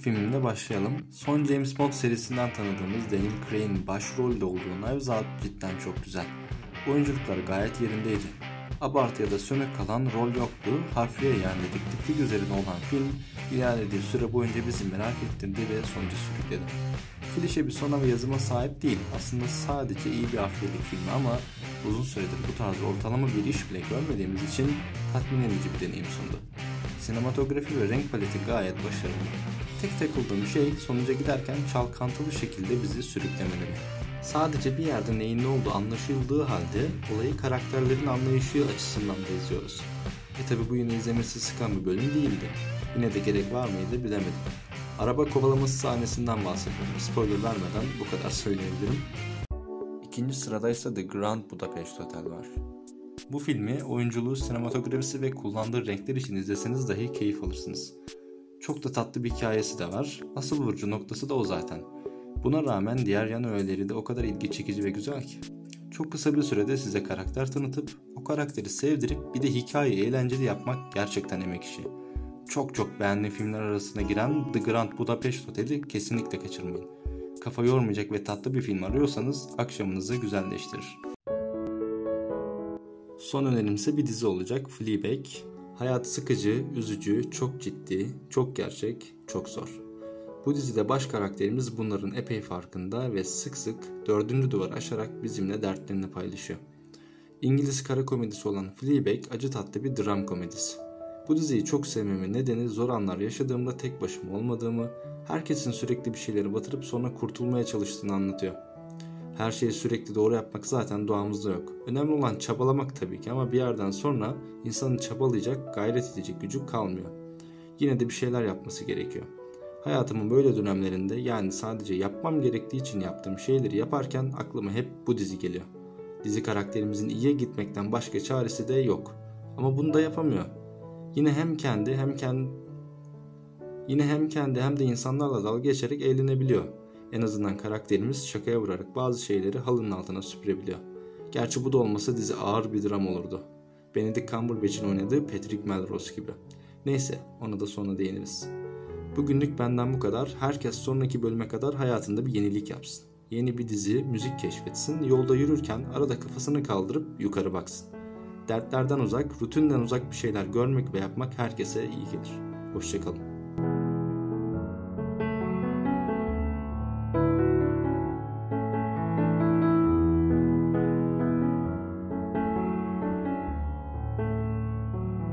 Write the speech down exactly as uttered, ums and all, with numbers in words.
filmimle başlayalım. Son James Bond serisinden tanıdığımız Daniel Craig'in başrolde olduğu Knives Out cidden çok güzel. Oyunculukları gayet yerindeydi. Abartı ya da sönük kalan rol yoktu. Harfiye yani dedektiflik üzerine olan film ilerlediği süre boyunca bizi merak ettirdi ve sonuca sürükledi. Klişe bir sona ve yazıma sahip değil. Aslında sadece iyi bir hafiyelik filmi ama uzun süredir bu tarz ortalama bir iş bile görmediğimiz için tatmin edici bir deneyim sundu. Sinematografi ve renk paleti gayet başarılı. Tek takıldığım şey sonuca giderken çalkantılı şekilde bizi sürüklemeleri. Sadece bir yerde neyin ne olduğu anlaşıldığı halde olayı karakterlerin anlayışı açısından da izliyoruz. E tabi bu yine izlemesi sıkan bir bölüm değildi. Yine de gerek var mıydı bilemedim. Araba kovalaması sahnesinden bahsediyorum. Spoiler vermeden bu kadar söyleyebilirim. İkinci sırada ise The Grand Budapest Hotel var. Bu filmi oyunculuğu, sinematografisi ve kullandığı renkler için izleseniz dahi keyif alırsınız. Çok da tatlı bir hikayesi de var. Asıl vurucu noktası da o zaten. Buna rağmen diğer yan öğeleri de o kadar ilgi çekici ve güzel ki. Çok kısa bir sürede size karakter tanıtıp, o karakteri sevdirip bir de hikayeyi eğlenceli yapmak gerçekten emek işi. Çok çok beğendiğim filmler arasına giren The Grand Budapest Hotel'i kesinlikle kaçırmayın. Kafa yormayacak ve tatlı bir film arıyorsanız akşamınızı güzelleştirir. Son önerimse bir dizi olacak, Fleabag. Hayat sıkıcı, üzücü, çok ciddi, çok gerçek, çok zor. Bu dizide baş karakterimiz bunların epey farkında ve sık sık dördüncü duvar aşarak bizimle dertlerini paylaşıyor. İngiliz kara komedisi olan Fleabag acı tatlı bir dram komedisi. Bu diziyi çok sevmemin nedeni zor anlar yaşadığımda tek başıma olmadığımı, herkesin sürekli bir şeyleri batırıp sonra kurtulmaya çalıştığını anlatıyor. Her şeyi sürekli doğru yapmak zaten doğamızda yok. Önemli olan çabalamak tabii ki ama bir yerden sonra insanın çabalayacak, gayret edecek gücü kalmıyor. Yine de bir şeyler yapması gerekiyor. Hayatımın böyle dönemlerinde, yani sadece yapmam gerektiği için yaptığım şeyleri yaparken aklıma hep bu dizi geliyor. Dizi karakterimizin iyiye gitmekten başka çaresi de yok. Ama bunu da yapamıyor. Yine hem kendi hem kendi Yine hem kendi hem de insanlarla dalga geçerek eğlenebiliyor. En azından karakterimiz şakaya vurarak bazı şeyleri halının altına süpürebiliyor. Gerçi bu da olmasa dizi ağır bir dram olurdu. Benedict Cumberbatch'in oynadığı Patrick Melrose gibi. Neyse, ona da sonra değiniriz. Bugünlük benden bu kadar. Herkes sonraki bölüme kadar hayatında bir yenilik yapsın. Yeni bir dizi, müzik keşfetsin. Yolda yürürken arada kafasını kaldırıp yukarı baksın. Dertlerden uzak, rutinden uzak bir şeyler görmek ve yapmak herkese iyi gelir. Hoşça kalın.